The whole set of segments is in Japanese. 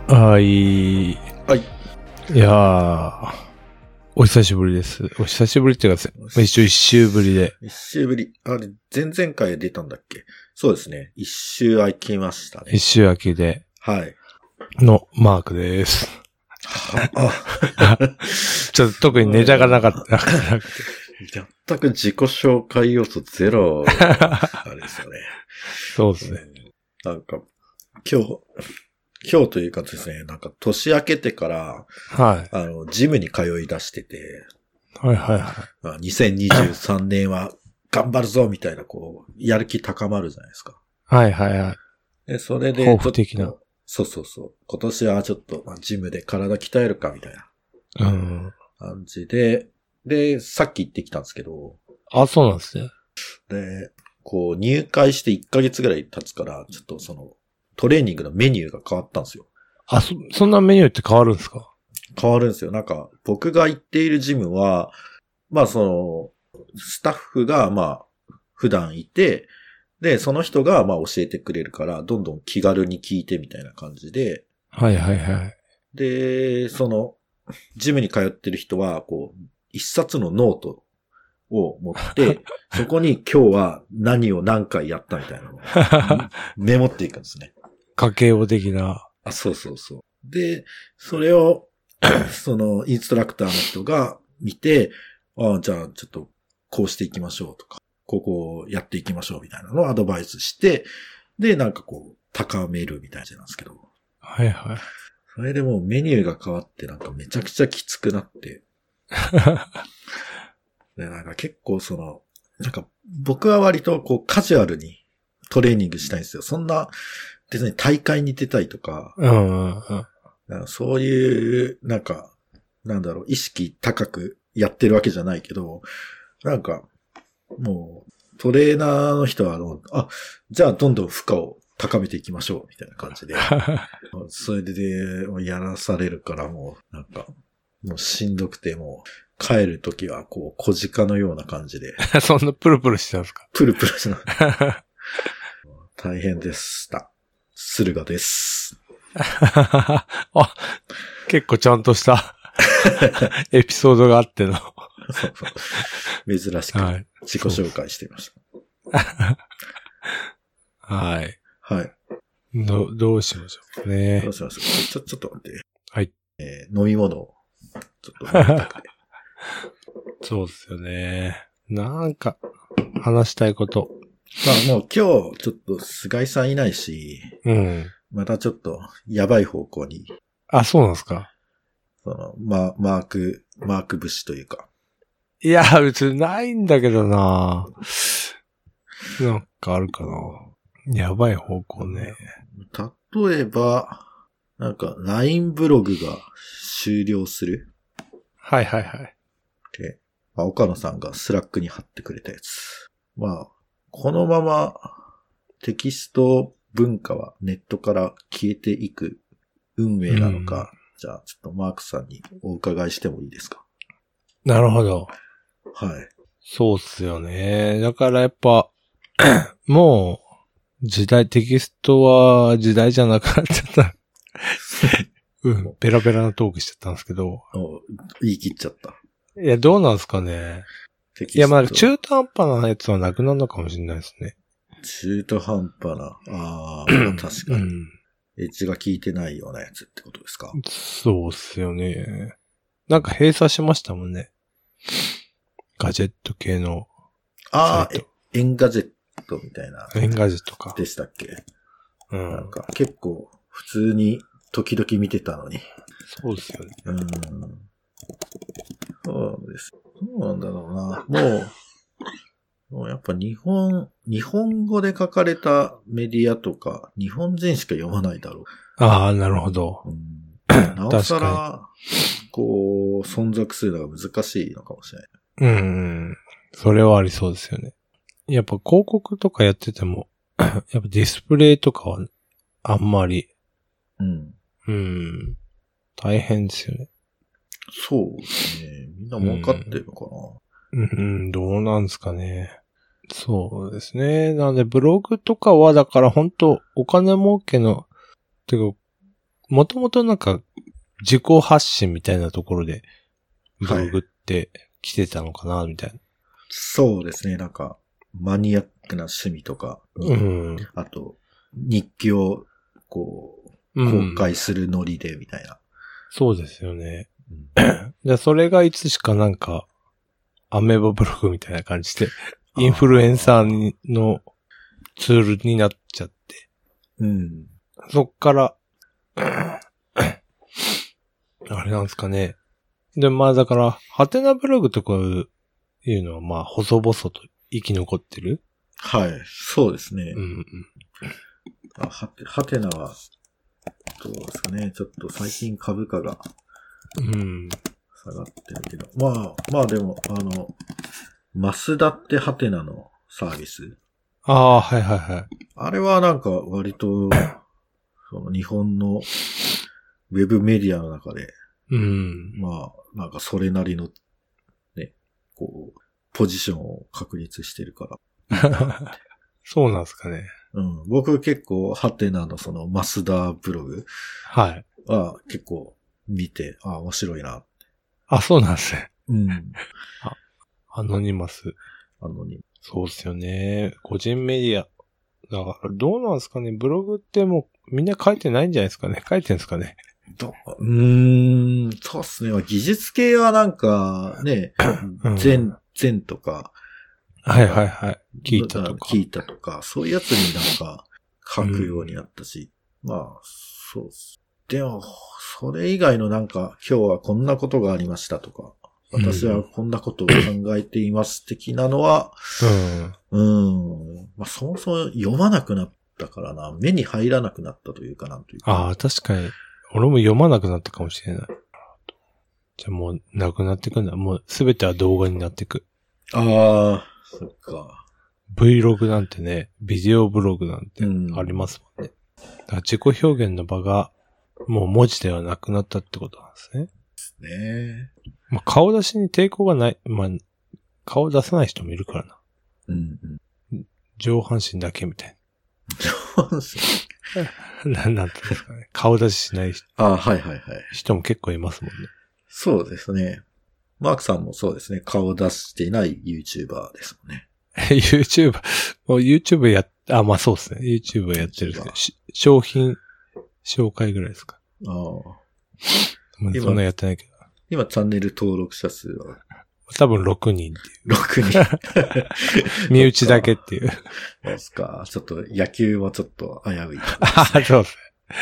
はい。 はい。 いやー、お久しぶりです。お久しぶりっていうか、一応一週ぶりで。 一週ぶり。あれ、前々回出たんだっけ？そうですね。一週空きましたね。 一週明けで。 はい。 のマークです。ちょっと特にネタがなかった。 全く自己紹介要素ゼロ。あれですよね。 そうですね。 なんか、今日というかですね、なんか年明けてから、 はい。 ジムに通い出してて、 はいはいはい。 2023年は頑張るぞみたいな、こう、やる気高まるじゃないですか。 はいはいはい。 で、それで、 抱負的な。 そう。今年はちょっと、ジムで体鍛えるかみたいな。感じで、さっき行ってきたんですけど。 あ、そうなんですね。 で、こう、入会して1ヶ月ぐらい経つから、ちょっとトレーニングのメニューが変わったんですよ。 あ、そんなメニューって変わるんですか？ 変わるんですよ。なんか、僕が行っているジムは、スタッフが、普段いて、で、その人が、教えてくれるから、どんどん気軽に聞いてみたいな感じで。 はいはいはい。 で、ジムに通ってる人は、こう、一冊のノートを持って、そこに今日は何を何回やったみたいなのをメモっていくんですね。 家計簿的な。 あ、そう。で、それを、インストラクターの人が見て、じゃあちょっとこうしていきましょうとか、ここをやっていきましょうみたいなのをアドバイスして、で、なんかこう、高めるみたいなんですけど。 はいはい。 それでもうメニューが変わってなんかめちゃくちゃきつくなって。で、なんか結構なんか僕は割とこうカジュアルにトレーニングしたいんですよ。そんな別に大会に出たいとか、そういう、なんか、意識高くやってるわけじゃないけど、なんか、もう、トレーナーの人はじゃあどんどん負荷を高めていきましょう、みたいな感じで。それで、やらされるからもう、なんか、もうしんどくて、もう、帰るときは、こう、小鹿のような感じで。 そんなプルプルしてたんですか？ プルプルしな。大変でした。駿河です。 あ、結構ちゃんとしたエピソードがあっての。 珍しく自己紹介していました。 はい。 はい。 どうしましょうね。 どうしましょう。ちょっと待って。 はい。 飲み物をちょっと飲みたくて。 そうですよね。なんか、話したいこと。 もう今日、ちょっと菅井さんいないし、またちょっと、やばい方向に。 あ、そうなんですか。 マーク節というか。 いや、別にないんだけどな。なんかあるかな。やばい方向ね。 例えば、なんか、LINE ブログが終了する。 はい。 で、岡野さんがスラックに貼ってくれたやつ。このままテキスト文化はネットから消えていく運命なのか、じゃあちょっとマークさんにお伺いしてもいいですか？ なるほど。 はい。 そうっすよね。だからやっぱ、もう、テキストは時代じゃなくなっちゃった。ペラペラなトークしちゃったんですけど。 言い切っちゃった。 いや、どうなんですかね。いや、中途半端なやつはなくなるのかもしれないですね。 中途半端な。確かに。エッジが効いてないようなやつってことですか？ そうっすよね。なんか閉鎖しましたもんね。ガジェット系の。 エンガジェットみたいな。 エンガジェットか。 でしたっけ？なんか結構普通に時々見てたのに。 そうですよね。 そうです。そうなんだろうな。もうやっぱ日本語で書かれたメディアとか、日本人しか読まないだろう。 ああ、なるほど。 なおさら、こう、存続するのが難しいのかもしれない。 それはありそうですよね。やっぱ広告とかやってても、やっぱディスプレイとかはあんまり、大変ですよね。 そうですね。みんな儲かってるのかな。どうなんですかね。そうですね。なのでブログとかはだから本当お金儲けの、てか、 もともとなんか、自己発信みたいなところで、ブログって来てたのかな、みたいな。 そうですね。なんか、マニアックな趣味とか、あと、日記を、こう、公開するノリで、みたいな。 そうですよね。で、それがいつしかなんか、アメーバブログみたいな感じで、インフルエンサーのツールになっちゃって。そっから、あれなんですかね。で、まあだから、ハテナブログとかいうのはまあ、細々と生き残ってる？ はい、そうですね。ハテナは、どうですかね。ちょっと最近株価が、下がってるけど。まあでも、マスダってハテナのサービス。 ああ、はいはいはい。 あれはなんか割と、その日本のウェブメディアの中で、まあ、なんかそれなりの、ね、こう、ポジションを確立してるから。 そうなんですかね。 僕結構、ハテナのそのマスダブログ。 はい。 は結構見て、面白いな。 あ、そうなんですね。アノニマス。そうですよね。個人メディア。だからどうなんですかね。ブログってもうみんな書いてないんじゃないですかね。書いてるんですかね。 そうっすね。技術系はなんかね、全とか。 はいはいはい。聞いたとか、そういうやつになんか書くようになったし。まあ、そうっす。でも、それ以外のなんか、今日はこんなことがありましたとか、私はこんなことを考えています的なのは、まあ、そもそも読まなくなったからな、目に入らなくなったというかなんというか。 ああ、確かに。俺も読まなくなったかもしれない。じゃあもうなくなってくんだ。もうすべては動画になってく。 ああ、そっか。 Vlog なんてね、ビデオブログなんてありますもんね。だから自己表現の場がもう文字ではなくなったってことなんですね。 ですね。 まあ、顔出しに抵抗がない。まあ、顔出さない人もいるからな。上半身だけみたいな。上半身なんていうんですかね。顔出ししない人。人も結構いますもんね。 そうですね。マークさんもそうですね。顔出していない YouTuber ですもんね。 YouTube まあそうですね。YouTube やってるんですけど、商品紹介ぐらいですか。そんなやってないけど。 今チャンネル登録者数は多分6人っていう。 6人。 身内だけっていう。 そうですか。ちょっと野球もちょっと危うい、ね。 そうです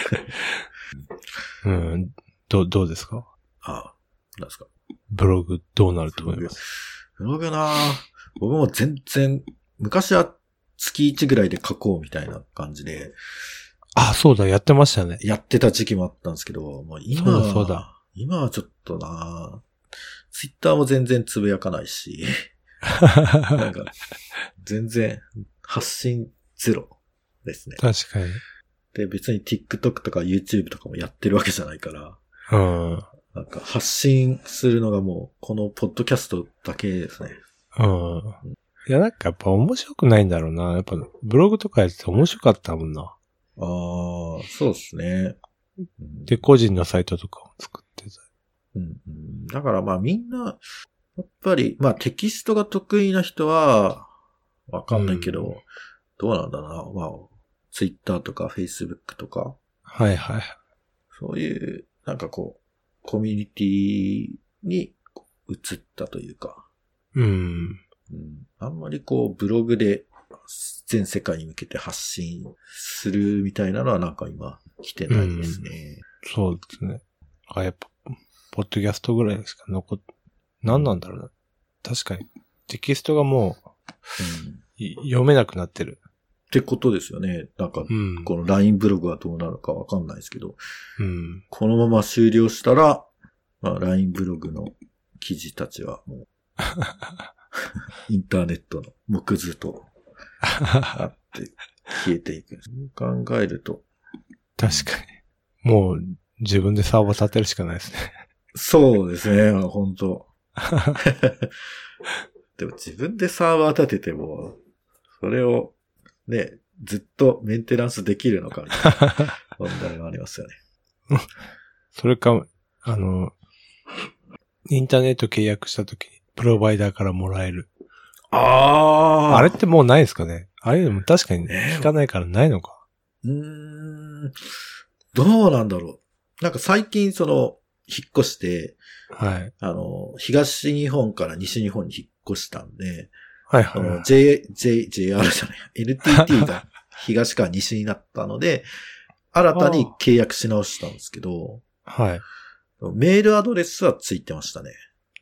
ね。どうですか？ なんですか。 ブログどうなると思います？ ブログな僕も全然、昔は月1ぐらいで書こうみたいな感じで。 そうだ、やってましたね。 やってた時期もあったんですけど、もう今はちょっとツイッターも全然つぶやかないし、なんか、全然発信ゼロですね。 確かに。 で、別に TikTok とか YouTube とかもやってるわけじゃないから、なんか発信するのがもう、このポッドキャストだけですね。 いや、なんかやっぱ面白くないんだろうな。やっぱブログとかやってて面白かったもんな。 そうですね。 で、個人のサイトとかを作ってた。 だからまあみんな、やっぱり、まあテキストが得意な人は、わかんないけど、どうなんだろうな。まあ、Twitter とか Facebook とか。 はいはい。 そういう、なんかこう、コミュニティに移ったというか。あんまりこう、ブログで全世界に向けて発信するみたいなのはなんか今来てないですね。 そうですね。やっぱ、ポッドキャストぐらいしか何なんだろうな。確かに。テキストがもう、読めなくなってる。 ってことですよね。なんか、この LINE ブログはどうなるかわかんないですけど、このまま終了したら、まあ、LINE ブログの記事たちはもう、インターネットの木図とあって消えていく。そう考えると。 確かに。もう自分でサーバー立てるしかないですね。 そうですね、本当でも自分でサーバー立てても、それをね、ずっとメンテナンスできるのかみたいな問題がありますよね。 それか、インターネット契約したときに、プロバイダーからもらえる。あれってもうないですかね？あれでも確かに聞かないからないのか。 どうなんだろう。なんか最近引っ越して、 はい。 東日本から西日本に引っ越したんで、 はいはい、はい。 JR じゃない、NTT が東から西になったので、新たに契約し直したんですけど、 はい。 メールアドレスはついてましたね。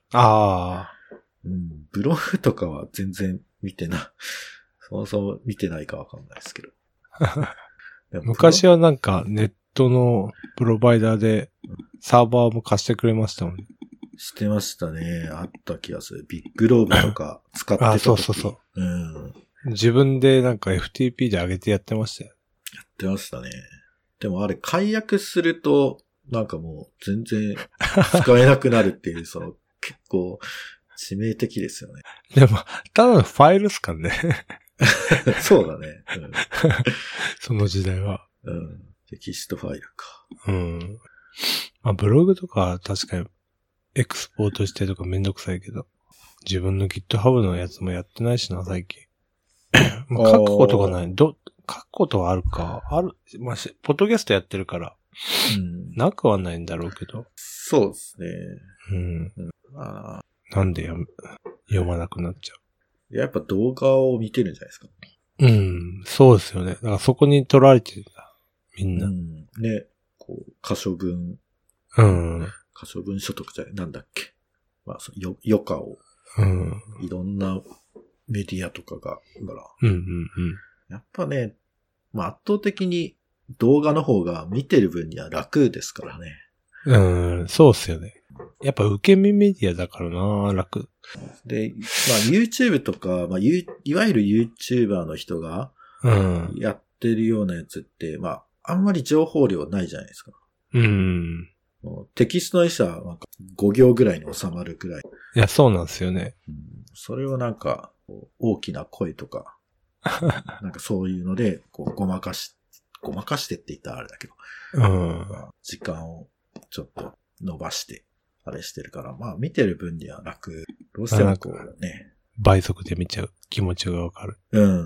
ブログとかは全然そもそも見てないかわかんないですけど。 昔はなんかネットのプロバイダーでサーバーも貸してくれましたもんね。 してましたね。あった気がする。ビッグローブとか使ってた時。 そう。自分でなんか FTP で上げてやってましたよ。 やってましたね。でもあれ解約すると、なんかもう全然使えなくなるっていう、結構致命的ですよね。 でも、ただのファイルっすかね。 そうだね。 その時代は。 テキストファイルか。 まあ、ブログとかは確かにエクスポートしてとかめんどくさいけど、自分の GitHub のやつもやってないしな、最近。まあ、書くことがない。書くことはあるか。まあ、ポッドキャストやってるから。なくはないんだろうけど。 そうですね。 なんで読まなくなっちゃう。やっぱ動画を見てるんじゃないですか。 そうですよね。だからそこに取られてるんだ。みんな。 ね。可処分。可処分所得じゃない、なんだっけ。まあ、余暇を。いろんなメディアとかが、やっぱね、まあ圧倒的に動画の方が見てる分には楽ですからね。 そうっすよね。やっぱ受け身メディアだからな、楽。 で、まあ YouTube とか、まあいわゆる YouTuber の人が、やってるようなやつって、まあ、あんまり情報量ないじゃないですか。テキストのisaはなんか5行ぐらいに収まるぐらい。 いや、そうなんですよね。 それをなんか、大きな声とか、なんかそういうので、ごまかしてって言ったらあれだけど、時間をちょっと伸ばして、あれしてるから、まあ見てる分には楽。どうしてもね。 倍速で見ちゃう気持ちがわかる。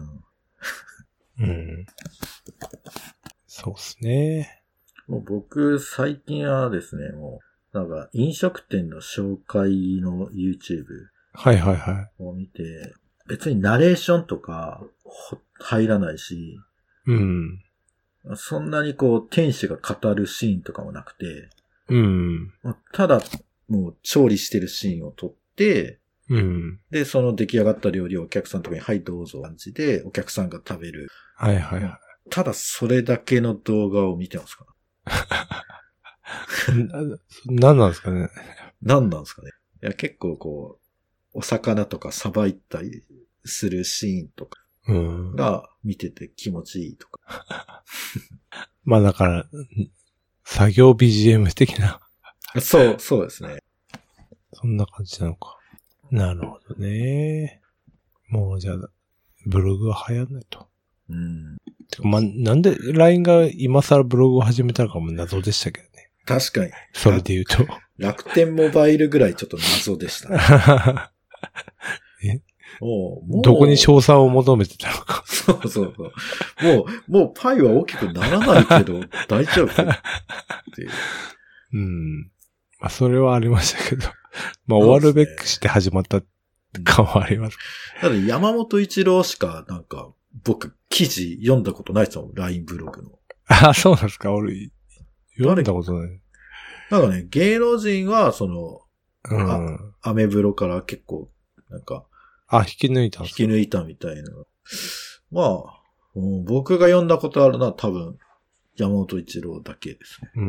そうっすね。 もう僕、最近はですね、もう、なんか飲食店の紹介の YouTube を見て、別にナレーションとか入らないし、そんなに店主が語るシーンとかもなくて、ただもう調理してるシーンを撮って、で、その出来上がった料理をお客さんとかに、はいどうぞ感じでお客さんが食べる。ただそれだけの動画を見てますか何なんですかね。 何なんですかね。いや、結構お魚とかさばいたりするシーンとかが見てて気持ちいいとか。 まあだから、作業 BGM 的な。 そうですね。 そんな感じなのか。なるほどね。もうじゃあ、ブログは流行んないと。まあ、なんで LINE が今更ブログを始めたのかも謎でしたけどね。 確かに。 それで言うと。 楽天モバイルぐらいちょっと謎でしたね。もうどこに賞賛を求めてたのか。 そう。もうパイは大きくならないけど、大丈夫っていう。 まあ、それはありましたけど。まあ、終わるべくして始まった感はあります。 ただ山本一郎しか、なんか、僕、記事読んだことないですもん、LINE ブログの。 あ、そうなんですか。俺、読んだことない。 なんかね、芸能人は、アメブロから結構、なんか、 引き抜いたんですか？ 引き抜いたみたいな。まあ、僕が読んだことあるのは多分、山本一郎だけですね。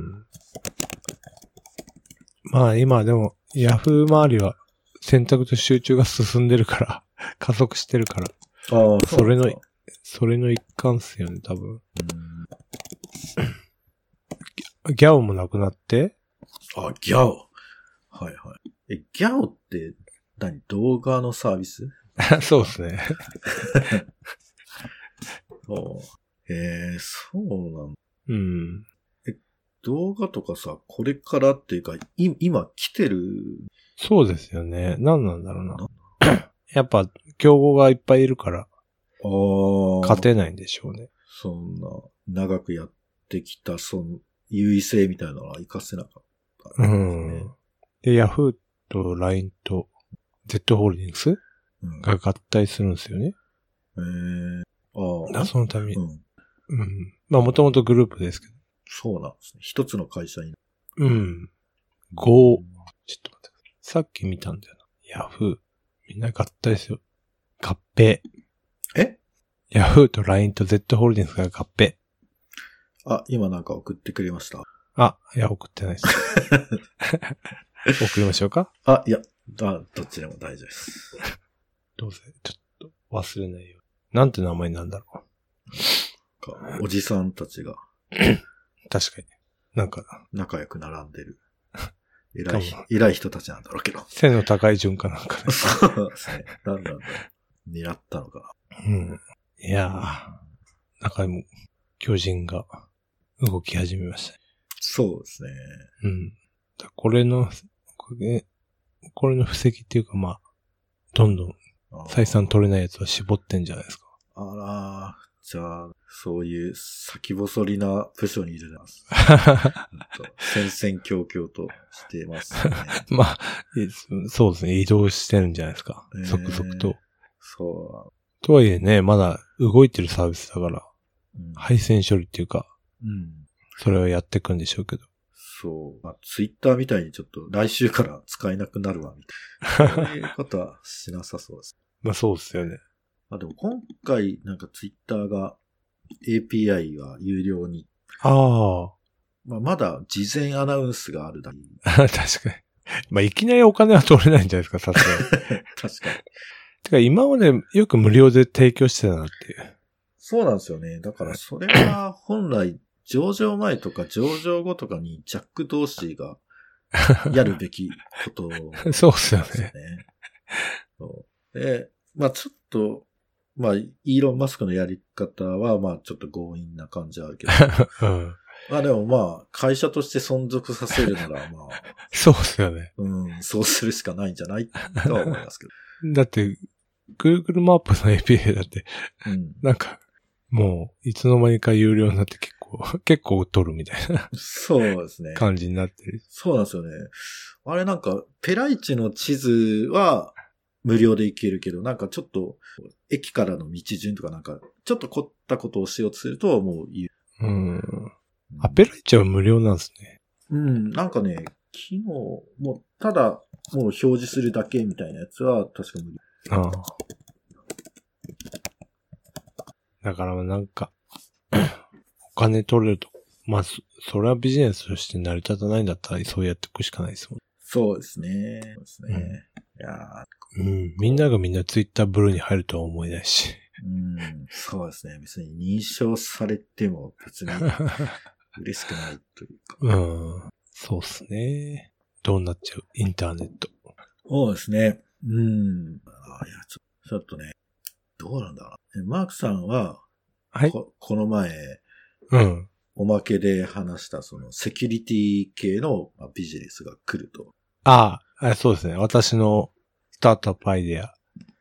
まあ今でも、ヤフー周りは選択と集中が進んでるから、加速してるから。それの一環っすよね、多分。ギャオもなくなって？ ギャオ。ギャオって動画のサービス？ そうですね。 そうなんだ。 動画とかさ、これからっていうか、今来てる。 そうですよね。何なんだろうな。やっぱ、競合がいっぱいいるから、勝てないんでしょうね。 そんな、長くやってきた、優位性みたいなのは活かせなかった、ね。うん。 で、Yahoo と LINE と Z ホールディングスが合体するんですよね。そのために。まあ、もともとグループですけど。 そうなんですね。一つの会社に。 ちょっと待って。さっき見たんだよな。Yahoo。みんな合体ですよ。合併。Yahoo と LINE と Z ホールディングスが合併。 今なんか送ってくれました。 いや、送ってないです。送りましょうか？ いや、どっちでも大丈夫です。 どうせ、ちょっと忘れないよ。なんて名前なんだろう。おじさんたちが。 確かに。なんか。 仲良く並んでる。偉い人たちなんだろうけど。 背の高い順かなんかね。 そうですね。なんだろう。狙ったのかな。いやー。中にも巨人が動き始めました。 そうですね。 これの布石っていうかまあ、どんどん採算取れないやつは絞ってんじゃないですか。 じゃあ、そういう先細りな部署にいるます。戦々恐々としてますね。 まあ、そうですね。移動してるんじゃないですか。続々と。 そう。 とはいえね、まだ動いてるサービスだから、配線処理っていうか、それをやっていくんでしょうけど。 そう。ツイッターみたいにちょっと来週から使えなくなるわ、みたいな。そういうことはしなさそうです。 まあそうですよね。 でも今回なんかツイッターが API は有料に。まだ事前アナウンスがあるだけ。 確かに。まあいきなりお金は取れないんじゃないですか、さすがに。 確かに。 てか今までよく無料で提供してたなっていう。 そうなんですよね。だからそれは本来上場前とか上場後とかにジャック同士がやるべきことですね。 そうですよね。 で、ちょっと、イーロン・マスクのやり方は、ちょっと強引な感じはあるけど。でも会社として存続させるなら、 そうですよね。 そうするしかないんじゃないとは思いますけど。 だって、Google マップの API だって、なんか、もう、いつの間にか有料になって結構取るみたいな。 そうですね。 感じになってる。 そうなんですよね。あれなんか、ペライチの地図は無料で行けるけど、なんかちょっと、駅からの道順とかなんか、ちょっと凝ったことをしようとすると、もうペライチは無料なんですね。 なんかね、昨日、ただ、もう表示するだけみたいなやつは確か無料。 だからなんか、お金取れると。それはビジネスとして成り立たないんだったら、そうやっていくしかないですもん。 そうですね。そうですね。いやみんながみんなツイッターブルーに入るとは思えないし。 そうですね。別に認証されても別に嬉しくないというか。そうですね。どうなっちゃうインターネット。 そうですね。いや、ちょっとね、どうなんだろう。マークさんは、この前、おまけで話したそのセキュリティ系のビジネスが来ると。 そうですね。私のスタートアップアイデア。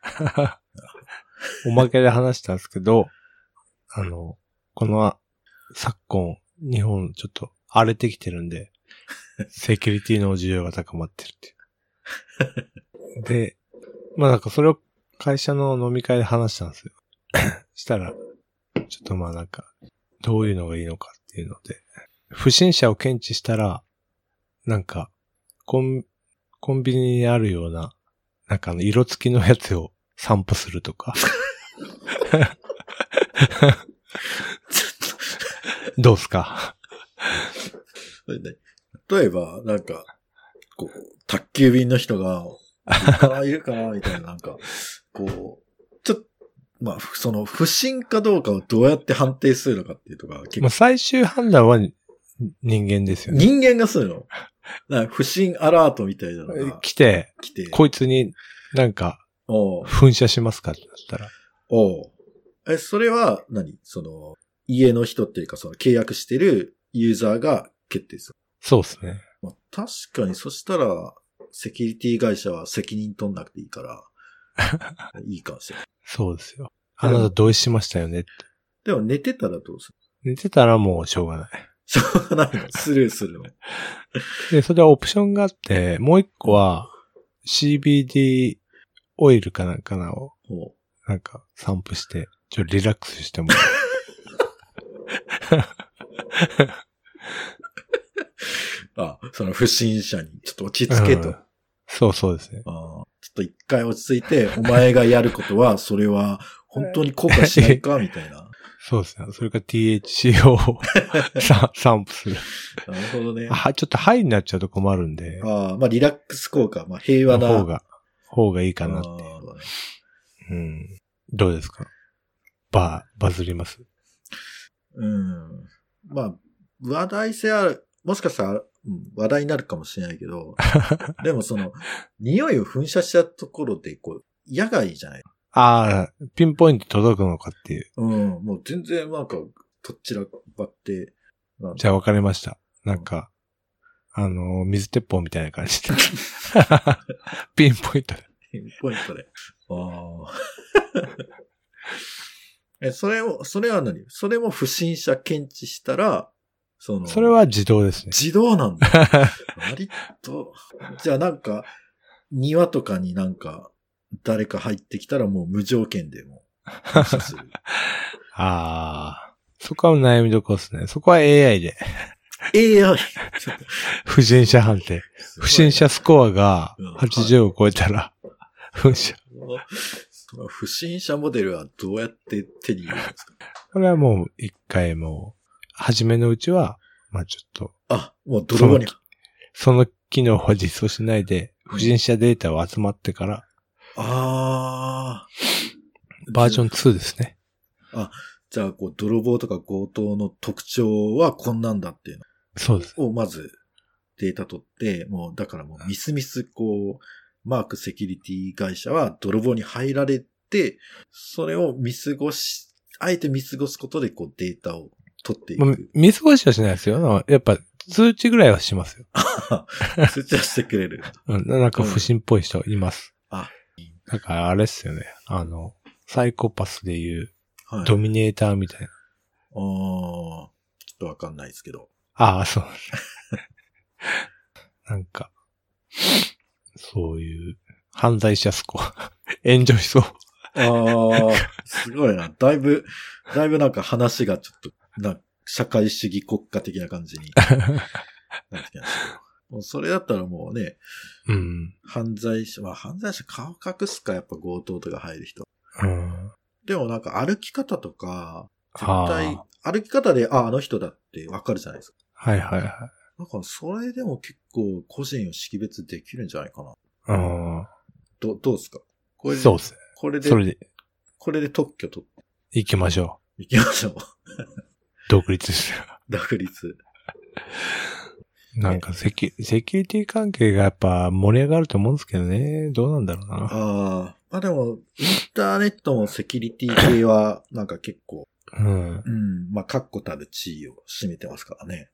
おまけで話したんですけど、この昨今、日本ちょっと荒れてきてるんで、セキュリティの需要が高まってるっていう。で、なんかそれを会社の飲み会で話したんですよ。したら、ちょっとなんか、どういうのがいいのかっていうので、不審者を検知したら、なんか、コンビニにあるような、なんか色付きのやつを散布するとか。どうすか？ 例えば、なんか、宅急便の人が、いるかなみたいな、なんか、ちょっと、その、不審かどうかをどうやって判定するのかっていうとか、結構。 最終判断は人間ですよね。 人間がするの？不審アラートみたいなのが。 来て、こいつになんか、噴射しますかってなったら。それはその、家の人っていうか、その契約してるユーザーが決定する。 そうですね。 まあ、確かに、そしたら、セキュリティ会社は責任取んなくていいから、いいかもしれない。 そうですよ。あなた同意しましたよねって。 でも寝てたらどうする？ 寝てたらもうしょうがない。 しょうがないの。スルーするの。 で、それはオプションがあって、もう一個は CBD オイルかなんかを、なんか散布して、リラックスしてもらう。あ、その不審者にちょっと落ち着けと。 そうですね。 ちょっと一回落ち着いて、お前がやることは、それは本当に効果しないかみたいな。 そうですね。それから THC を散布する。 なるほどね。 ちょっとハイになっちゃうと困るんで。 まあリラックス効果、まあ平和な。 方がいいかなって。うん。どうですか？バズります？ まあ、話題性ある、もしかしたら、話題になるかもしれないけど、でもその、匂いを噴射したところで、野外じゃない？ ピンポイント届くのかっていう。 もう全然なんか、とっちらばって。 じゃあ分かりました。なんか、水鉄砲みたいな感じで。ピンポイントで。 ピンポイントで。それは何？それも不審者検知したら、 それは自動ですね。 自動なんだ。割と、じゃあなんか、庭とかになんか、誰か入ってきたらもう無条件でも反射する。 そこは悩みどころですね。そこは AI で。 AI? 不審者判定。不審者スコアが80を超えたら、噴射。 不審者モデルはどうやって手に入れるんですか？ これはもう一回初めのうちは、まあちょっと。 もう泥棒に。 その機能を実装しないで、不審者データを集まってから。 バージョン2ですね。 じゃあ、泥棒とか強盗の特徴はこんなんだっていうの。 そうです。 をまずデータ取って、だからみすみすマークセキュリティ会社は泥棒に入られて、それをあえて見過ごすことでデータを取っていく。 見過ごしはしないですよ。やっぱ通知ぐらいはしますよ。 通知はしてくれる。 なんか不審っぽい人います。なんかあれっすよね。サイコパスでいう、ドミネーターみたいな。 ちょっとわかんないですけど。 そう。なんか、そういう犯罪者スコア。炎上しそう。 すごいな。だいぶなんか話がちょっと、社会主義国家的な感じになってきましたけど。それだったらもうね、犯罪者顔隠すかやっぱ強盗とか入る人。でもなんか歩き方とか、絶対、歩き方で、あの人だってわかるじゃないですか。 はいはいはい。 なんかそれでも結構個人を識別できるんじゃないかな。どうですか？ そうですね。 これで特許取って。 行きましょう。 独立ですよ。 独立。 なんかセキュリティ関係がやっぱ盛り上がると思うんですけどね。どうなんだろうな。 まあでも、インターネットのセキュリティ系はなんか結構、まあ確固たる地位を占めてますからね。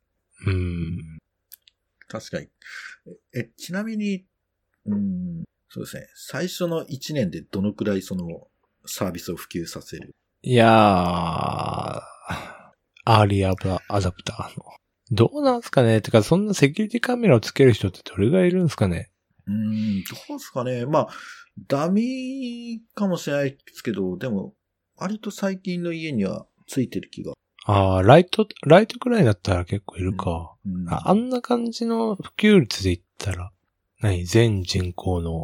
確かに。ちなみに、そうですね。最初の1年でどのくらいそのサービスを普及させる？ いやー、アーリーアダプターの。どうなんすかね？てか、そんなセキュリティカメラをつける人ってどれぐらいいるんですかね？ どうですかね？まあ、ダミーかもしれないですけど、でも、割と最近の家にはついてる気が。 ライトくらいだったら結構いるか。あんな感じの普及率で言ったら、全人口の。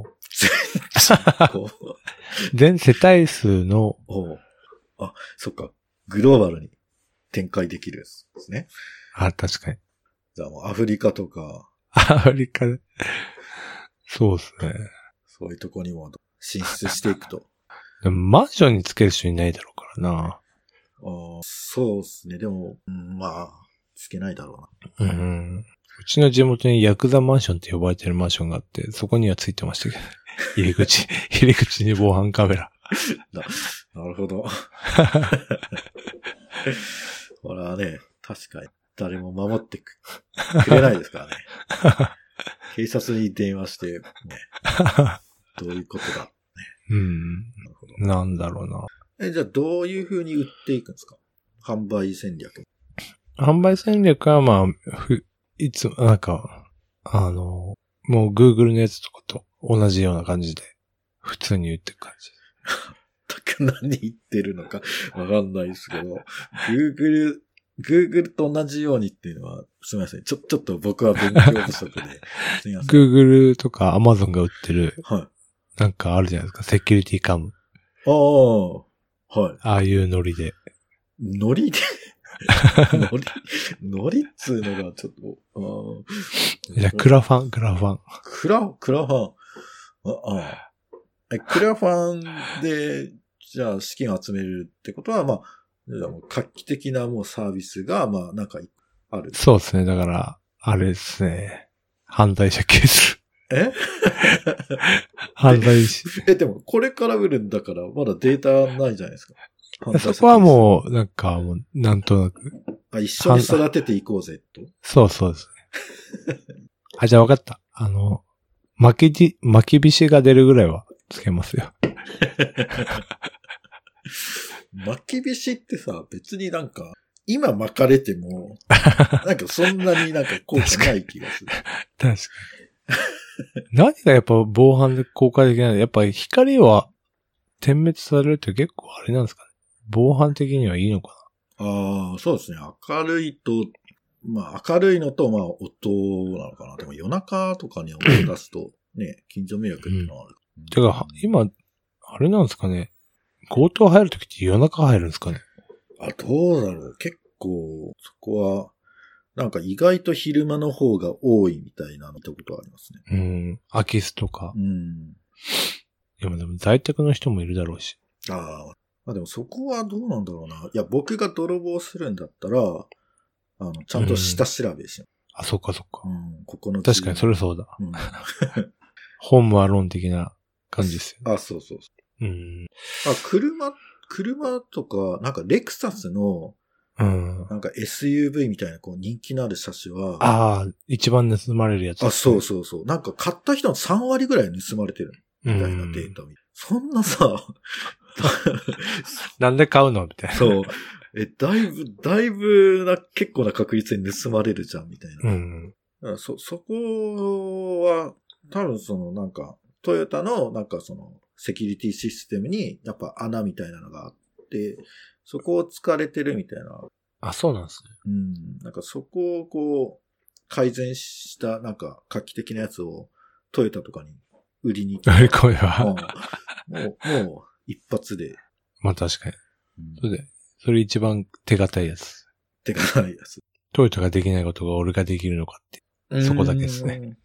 全世帯数の。 そっか。グローバルに展開できるんですね。 確かに。 じゃあもうアフリカとか。 アフリカで。そうですね。 そういうとこにも進出していくと。 でもマンションにつける人いないだろうからな。 そうですね。でも、まあ、つけないだろうな。 うちの地元にヤクザマンションって呼ばれてるマンションがあって、そこにはついてましたけど、入り口に防犯カメラ。 なるほど。ほらね、確かに。 誰も守ってくれないですからね。警察に電話して、ね、どういうことだ、ね。 なんだろうな。 じゃあどういう風に売っていくんですか？販売戦略。 販売戦略はまあ、いつも、なんか、もう Google のやつとかと同じような感じで、普通に言ってる感じ。 何言ってるのかわかんないですけど、Google と同じようにっていうのは、すみません。ちょっと僕は勉強不足で。すみません。 Google とか Amazon が売ってる、 はい。 なんかあるじゃないですか。セキュリティカム。 ああ、はい。 ああいうノリで。 ノリでノリっつうのがちょっと、 いや、クラファン。 クラファン。クラファンで、じゃあ資金を集めるってことは、まあ、画期的なもうサービスが、まあ、なんかある。 そうですね。だから、あれですね。犯罪者ケース。犯罪し。 でも、これから売るんだから、まだデータないじゃないですか。 そこはもう、なんか、なんとなく。 一緒に育てていこうぜ、と。 そうですね。じゃあ分かった。巻き菱が出るぐらいはつけますよ。 巻き菱ってさ、別になんか、今巻かれても、なんかそんなになんか効果ない気がする。 確かに。何がやっぱ防犯で効果的なの？やっぱ光は点滅されるって結構あれなんですかね。防犯的にはいいのかな？ああ、そうですね。明るいと、まあ明るいのと、まあ音なのかな。でも夜中とかに音を出すと、ね、近所迷惑っていうのはある。 てか、今、あれなんですかね。強盗入るときって夜中入るんですかね。 どうだろう。結構、そこは、なんか意外と昼間の方が多いみたいな見たことありますね。 空き巣とか。でも在宅の人もいるだろうし。 まあでもそこはどうなんだろうな。いや、僕が泥棒するんだったら、ちゃんと下調べしよ。そっか。 ここの確かにそれそうだ。ホームアローン的な感じですよ、ね。 そう。車とか、なんかレクサスの、なんか SUV みたいなこう人気のある車種は、 一番盗まれるやつ、ね。 そう。なんか買った人の3割ぐらい盗まれてるみたいなデータを見て。そんなさ、 なんで買うのみたいな。 そう。だいぶ結構な確率で盗まれるじゃん、みたいな。そこは、多分なんか、トヨタのなんかセキュリティシステムにやっぱ穴みたいなのがあって、そこを突かれてるみたいな。 そうなんですね。 なんかそこをこう、改善したなんか画期的なやつをトヨタとかに売りに行って。 売り込めば。 もう一発で。 まあ確かに。それ一番手堅いやつ。 手堅いやつ。 トヨタができないことが俺ができるのかって。そこだけですね。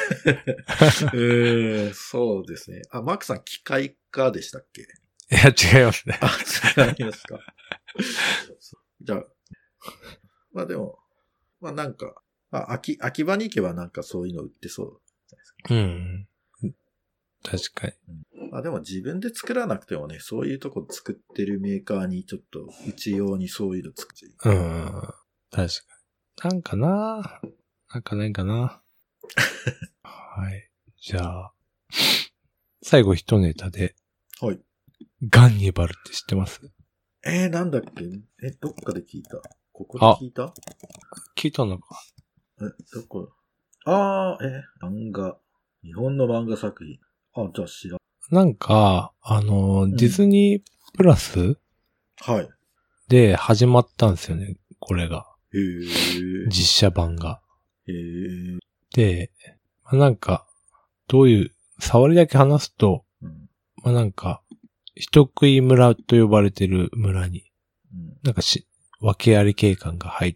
そうですね。マークさん機械科でしたっけ？ いや、違いますね。 違いますか。じゃあ、まあでも、まあなんか、秋葉に行けばなんかそういうの売ってそうじゃないですか。 確かに。 でも自分で作らなくてもね、そういうとこ作ってるメーカーにちょっと、うち用にそういうの作って。 確かに。なんかないかな。はい。じゃあ、最後一ネタで。 はい。 ガンニバルって知ってます？ なんだっけ？どっかで聞いた？ここで聞いた？ 聞いたのか。 どこ？漫画。日本の漫画作品。じゃあ知らん。 なんか、ディズニープラスはい。 で始まったんですよね、これが。 実写版が。で、なんか、どういう、触りだけ話すと、なんか、人食い村と呼ばれてる村に、なんか訳あり警官が入って、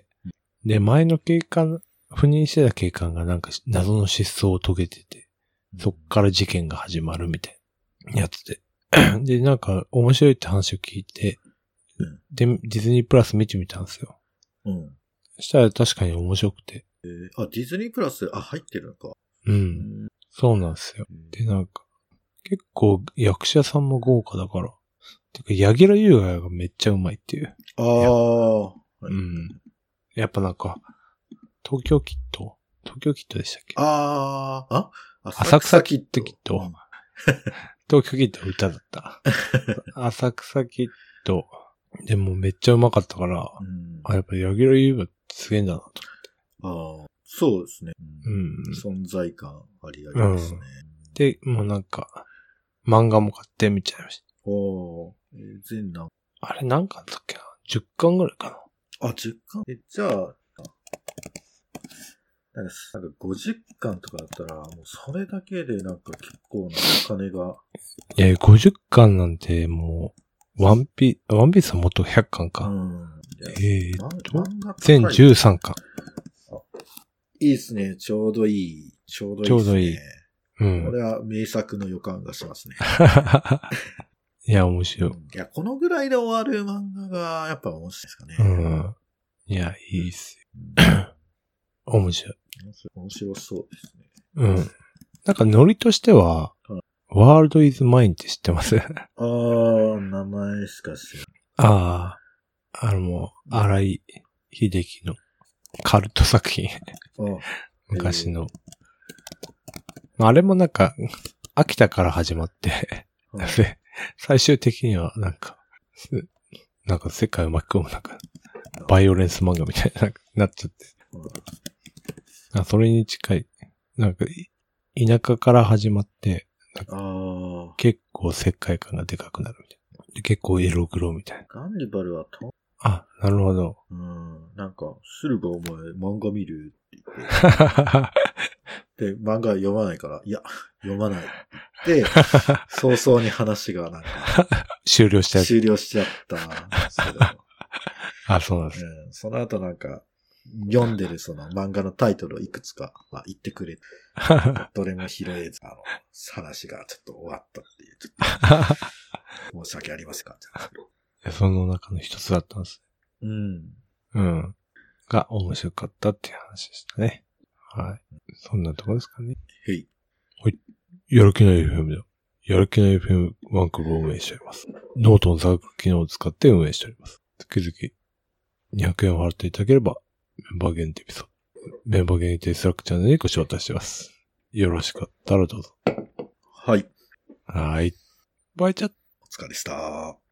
で、前の警官、赴任してた警官がなんか謎の失踪を遂げてて、そっから事件が始まるみたいなやつで。で、なんか面白いって話を聞いて、で、ディズニープラス見てみたんですよ。そしたら確かに面白くて。 ディズニープラス、入ってるのか。 そうなんですよ。で、なんか、結構役者さんも豪華だから。てか、柳楽優弥がめっちゃうまいっていう。 やっぱなんか、東京キットでしたっけ？ 浅草キット。 東京キットは歌だった。浅草キット。でもめっちゃうまかったから、やっぱ柳楽優弥ってすげえんだなと。 そうですね。存在感ありですね。 で、もうなんか、漫画も買ってみちゃいました。 全何あれ何巻だっけな ?10 巻ぐらいかな。10巻？じゃあ、なんか50巻とかだったら、もうそれだけでなんか結構なお金が。 いや、50巻なんてもう、ワンピースはもっと100巻か。全13巻。 いいですね。ちょうどいい。ちょうどいい。これは名作の予感がしますね。 いや、面白い。 いや、このぐらいで終わる漫画がやっぱ面白いですかね。 いや、いいっすよ。面白い。 面白そうですね。 なんかノリとしては、ワールドイズマインって知ってます？ 名前しか知らない。もう、荒井秀樹のカルト作品。昔の。あれもなんか、秋田から始まって、最終的にはなんか世界を巻き込むバイオレンス漫画みたいになっちゃって。それに近い。田舎から始まって、結構世界観がでかくなるみたいな。で結構エログロみたいな。 ガンニバルはなるほど。 駿河お前漫画見るって言って。で、漫画読まないから、いや、読まないって言って、早々に話が終了しちゃった。 そうなんです。 その後読んでるその漫画のタイトルをいくつか言ってくれ。どれも拾えず、話がちょっと終わったっていう、ちょっと申し訳ありませんか。 その中の一つだったんです。が面白かったっていう話でしたね。はい。そんなとこですかね。はい。やる気ない FM では、やる気ない FM ワンクルを運営しております。ノートのサークル機能を使って運営しております。月々200円を払っていただければ、メンバー限定エピソード。メンバー限定スラックチャンネルにご招待しています。よろしかったらどうぞ。 はい。 はい。バイチャット。 お疲れでした。